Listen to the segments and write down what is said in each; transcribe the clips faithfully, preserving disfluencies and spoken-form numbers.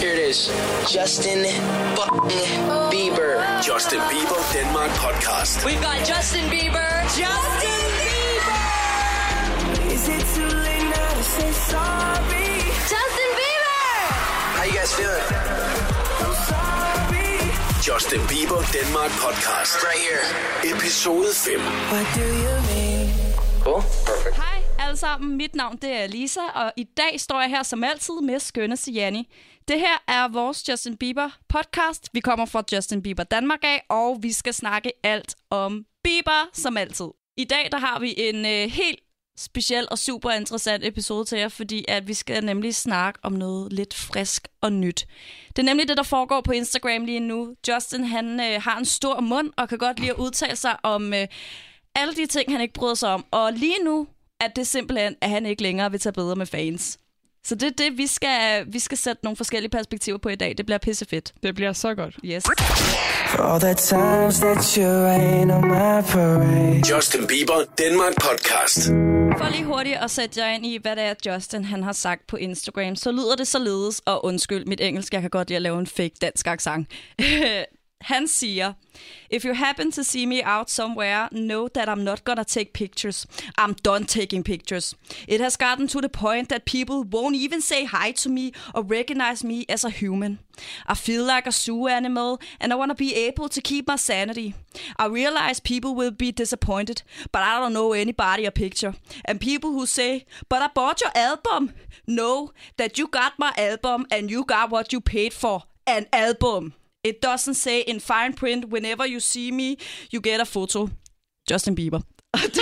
Here it is. Justin Bieber. Justin Bieber Denmark podcast. We've got Justin Bieber. Justin Bieber! Is it too late now to say sorry? Justin Bieber! How you guys feeling? I'm sorry. Justin Bieber Denmark podcast. Right here. Episode fem. What do you mean? Cool. Perfect. Hej alle sammen, mit navn det er Lisa, og i dag står jeg her som altid med skønneste Janni. Det her er vores Justin Bieber podcast. Vi kommer fra Justin Bieber Danmark af, og vi skal snakke alt om Bieber som altid. I dag der har vi en øh, helt speciel og super interessant episode til jer, fordi at vi skal nemlig snakke om noget lidt frisk og nyt. Det er nemlig det, der foregår på Instagram lige nu. Justin han øh, har en stor mund og kan godt lide at udtale sig om øh, alle de ting, han ikke bryder sig om. Og lige nu er det simpelthen, at han ikke længere vil tage billeder med fans. Så det er det, vi skal, vi skal sætte nogle forskellige perspektiver på i dag. Det bliver pissefedt. Det bliver så godt. Yes. For all the times that you rain on my parade. Justin Bieber Denmark podcast. For lige hurtigt at sætte jer ind i, hvad det er, Justin han har sagt på Instagram, så lyder det således, og undskyld mit engelsk, jeg kan godt lide at lave en fake dansk accent. Han siger, if you happen to see me out somewhere, know that I'm not gonna take pictures. I'm done taking pictures. It has gotten to the point that people won't even say hi to me or recognize me as a human. I feel like a zoo animal, and I want to be able to keep my sanity. I realize people will be disappointed, but I don't know anybody a picture. And people who say, but I bought your album, know that you got my album and you got what you paid for, an album. It doesn't say in fine print, whenever you see me, you get a photo. Justin Bieber. det,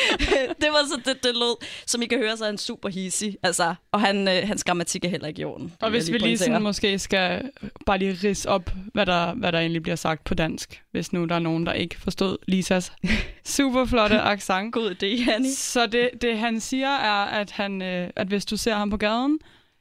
det var så det, det lød. Som I kan høre, så er han super hissig. Altså, og han, øh, hans grammatik er heller ikke i orden. Og hvis vi lige sådan måske skal bare lige ridse op, hvad der, hvad der egentlig bliver sagt på dansk. Hvis nu der er nogen, der ikke forstod Lisas super flotte accent. God idé, Janni. Så det, det han siger er, at, han, øh, at hvis du ser ham på gaden,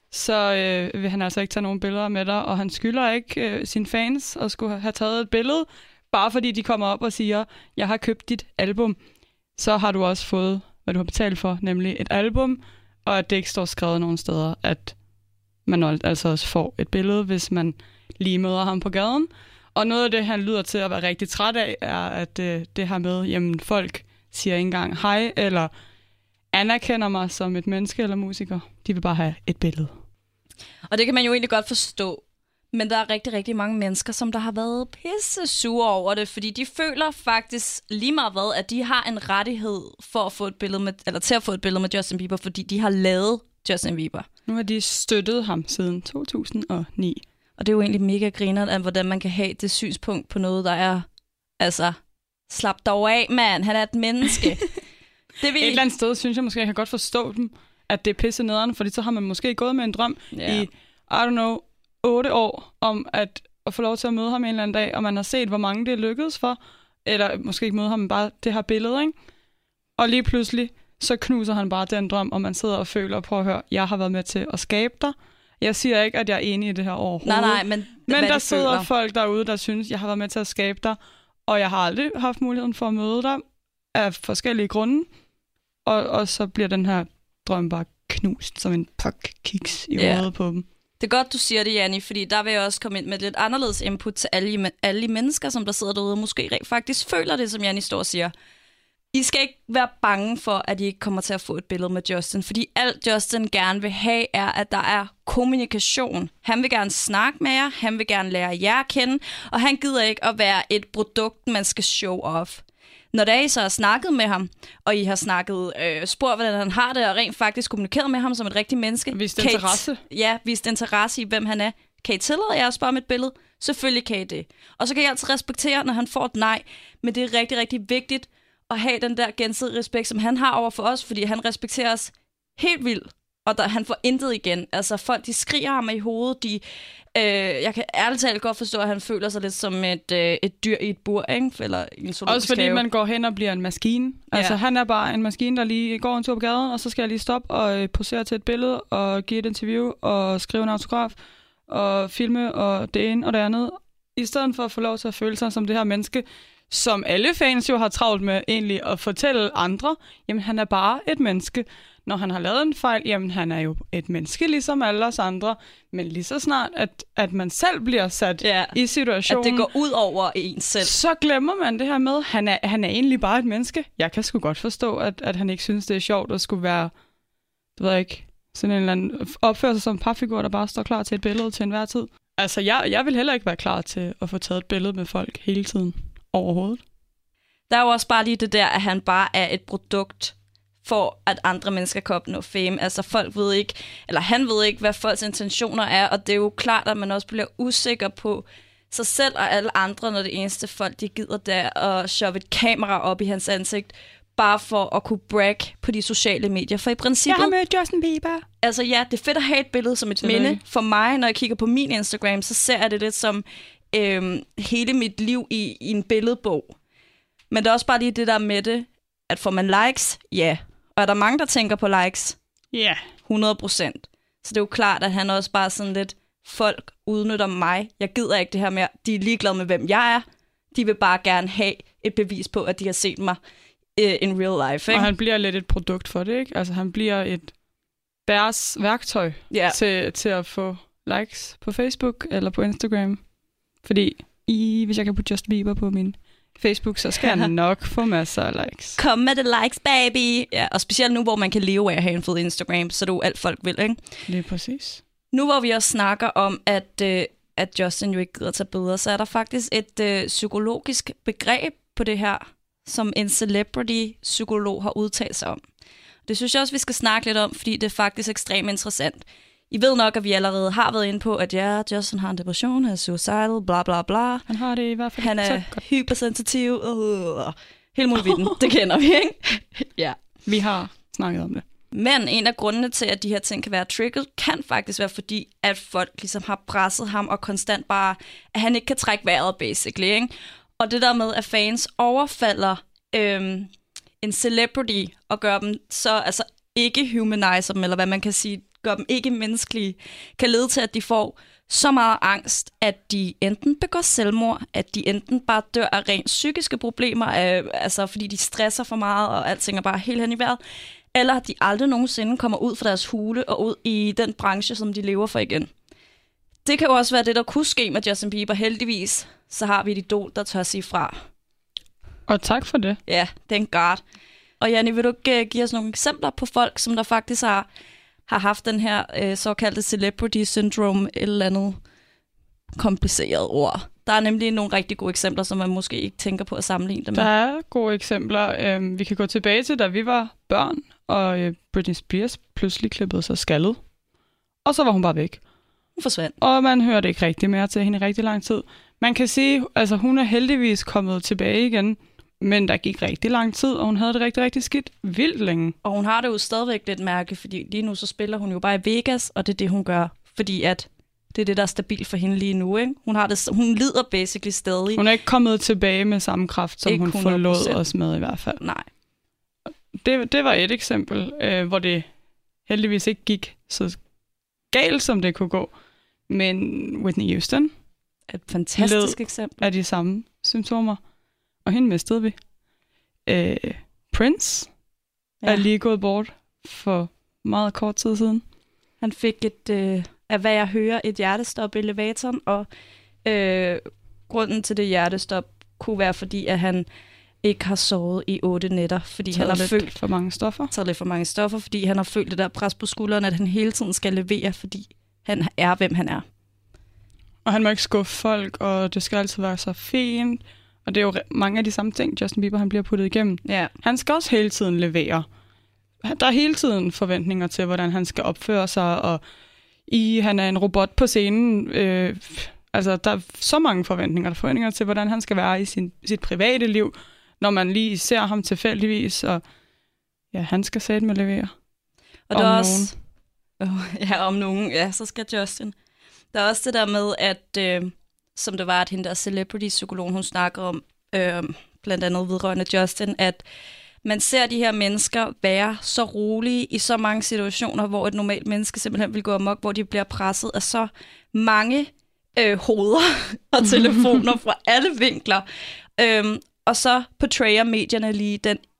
så øh, vil han altså ikke tage nogen billeder med dig, og han skylder ikke øh, sine fans at skulle have taget et billede, bare fordi de kommer op og siger, jeg har købt dit album, så har du også fået, hvad du har betalt for, nemlig et album, og at det ikke står skrevet nogen steder, at man altså også får et billede, hvis man lige møder ham på gaden. Og noget af det, han lyder til at være rigtig træt af, er, at øh, det her med, jamen folk siger ikke engang hej, eller anerkender mig som et menneske eller musiker. De vil bare have et billede. Og det kan man jo egentlig godt forstå. Men der er rigtig, rigtig mange mennesker, som der har været pisse sure over det, fordi de føler faktisk lige meget hvad, at de har en rettighed for at få et billede med, eller til at få et billede med Justin Bieber, fordi de har lavet Justin Bieber. Nu har de støttet ham siden to tusind og ni. Og det er jo egentlig mega grineren, at hvordan man kan have det synspunkt på noget, der er, altså, slap dog af, mand. Han er et menneske. Det vil... Et eller andet sted, synes jeg måske, jeg kan godt forstå dem, at det er pisse nederen, fordi så har man måske gået med en drøm yeah. i, I don't know, otte år, om at, at få lov til at møde ham en eller anden dag, og man har set, hvor mange det er lykkedes for, eller måske ikke møde ham, men bare det her billede, ikke? Og lige pludselig, så knuser han bare den drøm, og man sidder og føler, og prøver at høre, jeg har været med til at skabe dig. Jeg siger ikke, at jeg er enig i det her overhovedet. Nej, nej, men Men der sidder føler. folk derude, der synes, jeg har været med til at skabe dig, og jeg har aldrig haft muligheden for at møde dig af forskellige grunde, og, og så bliver den her drøm bare knust som en pakke kiks i yeah. hovedet på dem. Det er godt, du siger det, Janni, fordi der vil jeg også komme ind med lidt anderledes input til alle, alle mennesker, som der sidder derude og måske rent faktisk føler det, som Janni står og siger. I skal ikke være bange for, at I ikke kommer til at få et billede med Justin, fordi alt Justin gerne vil have, er, at der er kommunikation. Han vil gerne snakke med jer, han vil gerne lære jer at kende, og han gider ikke at være et produkt, man skal show off. Når der I så har snakket med ham, og I har snakket, øh, spurgt, hvordan han har det, og rent faktisk kommunikeret med ham som et rigtigt menneske. Vist interesse. I, ja, vist interesse i, hvem han er. Kan I tillade jer at spørge med et billede? Selvfølgelig kan I det. Og så kan I altid respektere, når han får et nej. Men det er rigtig, rigtig vigtigt at have den der gensidige respekt, som han har over for os, fordi han respekterer os helt vildt. Og der, han får intet igen. Altså folk, de skriger ham i hovedet, de... Øh, jeg kan ærligt talt godt forstå, at han føler sig lidt som et, øh, et dyr i et bur, ikke? Eller i en zoologisk Også fordi have. man går hen og bliver en maskine. Altså, ja. Han er bare en maskine, der lige går en tur på gaden, og så skal jeg lige stoppe og øh, posere til et billede, og give et interview, og skrive en autograf, og filme, og det ene og det andet. I stedet for at få lov til at føle sig som det her menneske, som alle fans jo har travlt med egentlig at fortælle andre, jamen han er bare et menneske, når han har lavet en fejl, jamen han er jo et menneske ligesom alle os andre, men lige så snart, at, at man selv bliver sat ja. i situationen, at det går ud over en selv, så glemmer man det her med, han er, han er egentlig bare et menneske. Jeg kan sgu godt forstå, at, at han ikke synes, det er sjovt at skulle være, det ved jeg ikke, sådan en eller anden opføre sig som en parfigur, der bare står klar til et billede til enhver tid. Altså, jeg, jeg vil heller ikke være klar til at få taget et billede med folk hele tiden overhovedet. Der er jo også bare lige det der, at han bare er et produkt for, at andre mennesker kan opnå fame. Altså, folk ved ikke, eller han ved ikke, hvad folks intentioner er, og det er jo klart, at man også bliver usikker på sig selv og alle andre, når det eneste folk, de gider der at shove et kamera op i hans ansigt, bare for at kunne brag på de sociale medier. For i princippet... Jeg har mødt Justin Bieber. Altså ja, det er fedt at have et billede som et det minde. For mig, når jeg kigger på min Instagram, så ser jeg det lidt som øhm, hele mit liv i, i en billedbog. Men det er også bare lige det der med det, at får man likes? Ja. Og er der mange, der tænker på likes? Ja. Yeah. hundrede procent. Så det er jo klart, at han også bare sådan lidt, folk udnytter mig. Jeg gider ikke det her med, de er ligeglade med, hvem jeg er. De vil bare gerne have et bevis på, at de har set mig uh, in real life. Ikke? Og han bliver lidt et produkt for det, ikke? Altså han bliver et deres værktøj yeah. til, til at få likes på Facebook eller på Instagram. Fordi i, hvis jeg kan putte Justin Bieber på min Facebook, så skal han nok få masser af likes. Kom med det likes, baby! Ja, og specielt nu, hvor man kan leve af at have en fed Instagram, så det er jo alt folk vil, ikke? Lige præcis. Nu hvor vi også snakker om, at, øh, at Justin jo ikke gider tage billeder, så er der faktisk et øh, psykologisk begreb på det her, som en celebrity-psykolog har udtalt sig om. Det synes jeg også, vi skal snakke lidt om, fordi det er faktisk ekstremt interessant. I ved nok, at vi allerede har været inde på, at ja, Justin har en depression, han er suicidal, bla bla bla. Han har det i hvert fald. Han er hypersensitiv. Uh, hele muligheden. Det kender vi, ikke? Ja. Vi har snakket om det. Men en af grundene til, at de her ting kan være triggered, kan faktisk være fordi, at folk ligesom har presset ham, og konstant bare, at han ikke kan trække vejret, basically, ikke? Og det der med, at fans overfalder øhm, en celebrity, og gør dem så, altså ikke humanizer dem, eller hvad man kan sige, gør dem ikke menneskelige, kan lede til, at de får så meget angst, at de enten begår selvmord, at de enten bare dør af rent psykiske problemer, øh, altså fordi de stresser for meget, og alting er bare helt hen i vejret, eller at de aldrig nogensinde kommer ud fra deres hule og ud i den branche, som de lever for igen. Det kan jo også være det, der kunne ske med Justin Bieber. Heldigvis, så har vi et idol, der tør sige fra. Og tak for det. Ja, thank God. Og Janni, vil du ikke uh, give os nogle eksempler på folk, som der faktisk har, har haft den her uh, såkaldte celebrity syndrome, et eller andet kompliceret ord? Der er nemlig nogle rigtig gode eksempler, som man måske ikke tænker på at sammenligne dem med. Der er gode eksempler. Um, vi kan gå tilbage til, da vi var børn, og uh, Britney Spears pludselig klippede sig skaldet. Og så var hun bare væk. Hun forsvandt. Og man hørte ikke rigtig mere til hende i rigtig lang tid. Man kan sige, altså hun er heldigvis kommet tilbage igen, men der gik rigtig lang tid, og hun havde det rigtig, rigtig skidt vildt længe. Og hun har det jo stadigvæk lidt mærke, fordi lige nu så spiller hun jo bare i Vegas, og det er det, hun gør, fordi at det er det, der er stabilt for hende lige nu, ikke? Hun, har det, hun lider basically stadig. Hun er ikke kommet tilbage med samme kraft, som ikke hun forlod hundrede procent os med i hvert fald. Nej. Det, det var et eksempel, øh, hvor det heldigvis ikke gik så galt, som det kunne gå. Men Whitney Houston et fantastisk eksempel af de samme symptomer. Og hende mistede vi. Øh, Prince ja. er lige gået bort for meget kort tid siden. Han fik et, øh, af hvad jeg hører, et hjertestop i elevatoren, og øh, grunden til det hjertestop kunne være, fordi at han ikke har sovet i otte nætter, fordi taget han har følt for mange stoffer. Taget lidt for mange stoffer, fordi han har følt det der pres på skulderen, at han hele tiden skal levere, fordi han er, hvem han er. Og han må ikke skuffe folk, og det skal altid være så fint. Og det er jo mange af de samme ting, Justin Bieber han bliver puttet igennem. Ja. Han skal også hele tiden levere. Der er hele tiden forventninger til, hvordan han skal opføre sig, og i han er en robot på scenen. Øh, altså, der er så mange forventninger og forventninger til, hvordan han skal være i sin, sit private liv, når man lige ser ham tilfældigvis, og ja, han skal sætte med levere. Og der er også... Oh, ja, om nogen. Ja, så skal Justin. Der er også det der med, at øh, som det var, at hende der celebrity-psykologen, hun snakker om, øh, blandt andet vedrørende Justin, at man ser de her mennesker være så rolige i så mange situationer, hvor et normalt menneske simpelthen vil gå amok, hvor de bliver presset af så mange øh, hoveder og telefoner fra alle vinkler. Øhm, og så portrayer medierne lige den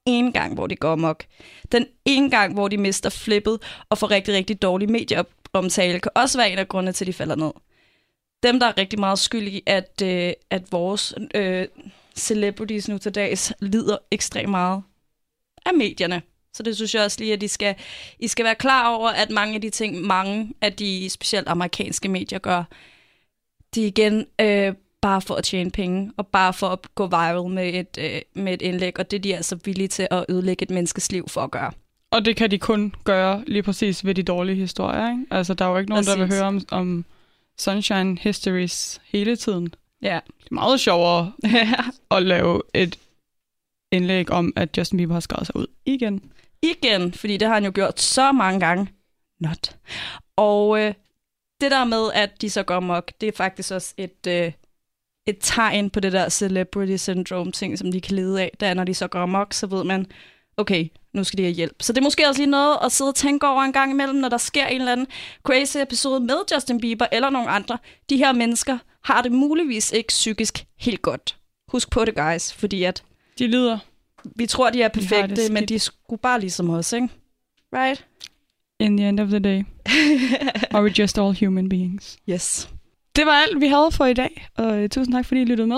ene gang, hvor de går amok. Den ene gang, hvor de mister flippet og får rigtig, rigtig dårlig medieomtale, kan også være en af grundene til, at de falder ned. Dem, der er rigtig meget skyld i, at, øh, at vores øh, celebrities nu til dags lider ekstremt meget af medierne. Så det synes jeg også lige, at I skal, I skal være klar over, at mange af de ting, mange af de specielt amerikanske medier gør, de igen øh, bare for at tjene penge, og bare for at gå viral med et, øh, med et indlæg, og det er de altså villige til at ødelægge et menneskes liv for at gøre. Og det kan de kun gøre lige præcis ved de dårlige historier, ikke? Altså, der er jo ikke nogen, præcis. Der vil høre om, om Sunshine Histories hele tiden. Ja. Det er meget sjovere at lave et indlæg om, at Justin Bieber har skrevet sig ud igen. Igen, fordi det har han jo gjort så mange gange. Not. Og øh, det der med, at de så går amok, det er faktisk også et, øh, et tegn på det der celebrity syndrome ting, som de kan lide af. Det er, når de så går amok, så ved man, okay, nu skal de have hjælp. Så det er måske også lige noget at sidde og tænke over en gang imellem, når der sker en eller anden crazy episode med Justin Bieber eller nogle andre. De her mennesker har det muligvis ikke psykisk helt godt. Husk på det, guys, fordi at de lider. Vi tror, de er perfekte, de men de er sgu bare ligesom os, ikke? Right? In the end of the day, are we just all human beings? Yes. Det var alt, vi havde for i dag, og uh, tusind tak, fordi I lyttede med.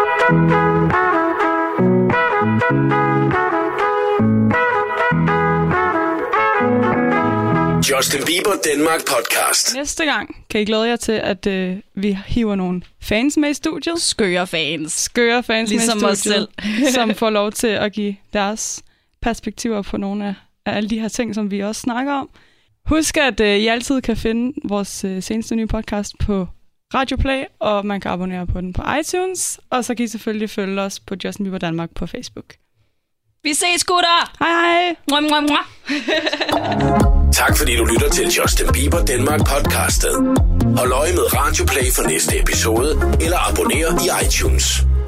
Justin Bieber Danmark podcast. Næste gang kan I glæde jer til, at uh, vi hiver nogle fans med i studiet. Skøre fans. Skøre fans ligesom med i studiet. Os selv. Som får lov til at give deres perspektiver på nogle af, af alle de her ting, som vi også snakker om. Husk, at uh, I altid kan finde vores uh, seneste nye podcast på Radio Play, og man kan abonnere på den på iTunes. Og så kan I selvfølgelig følge os på Justin Bieber Danmark på Facebook. Vi ses, gutter! Hej hej! Mwah, mwah, mwah. Tak fordi du lytter til Justin Bieber Danmark podcastet. Hold øje med Radio Play for næste episode, eller abonner i iTunes.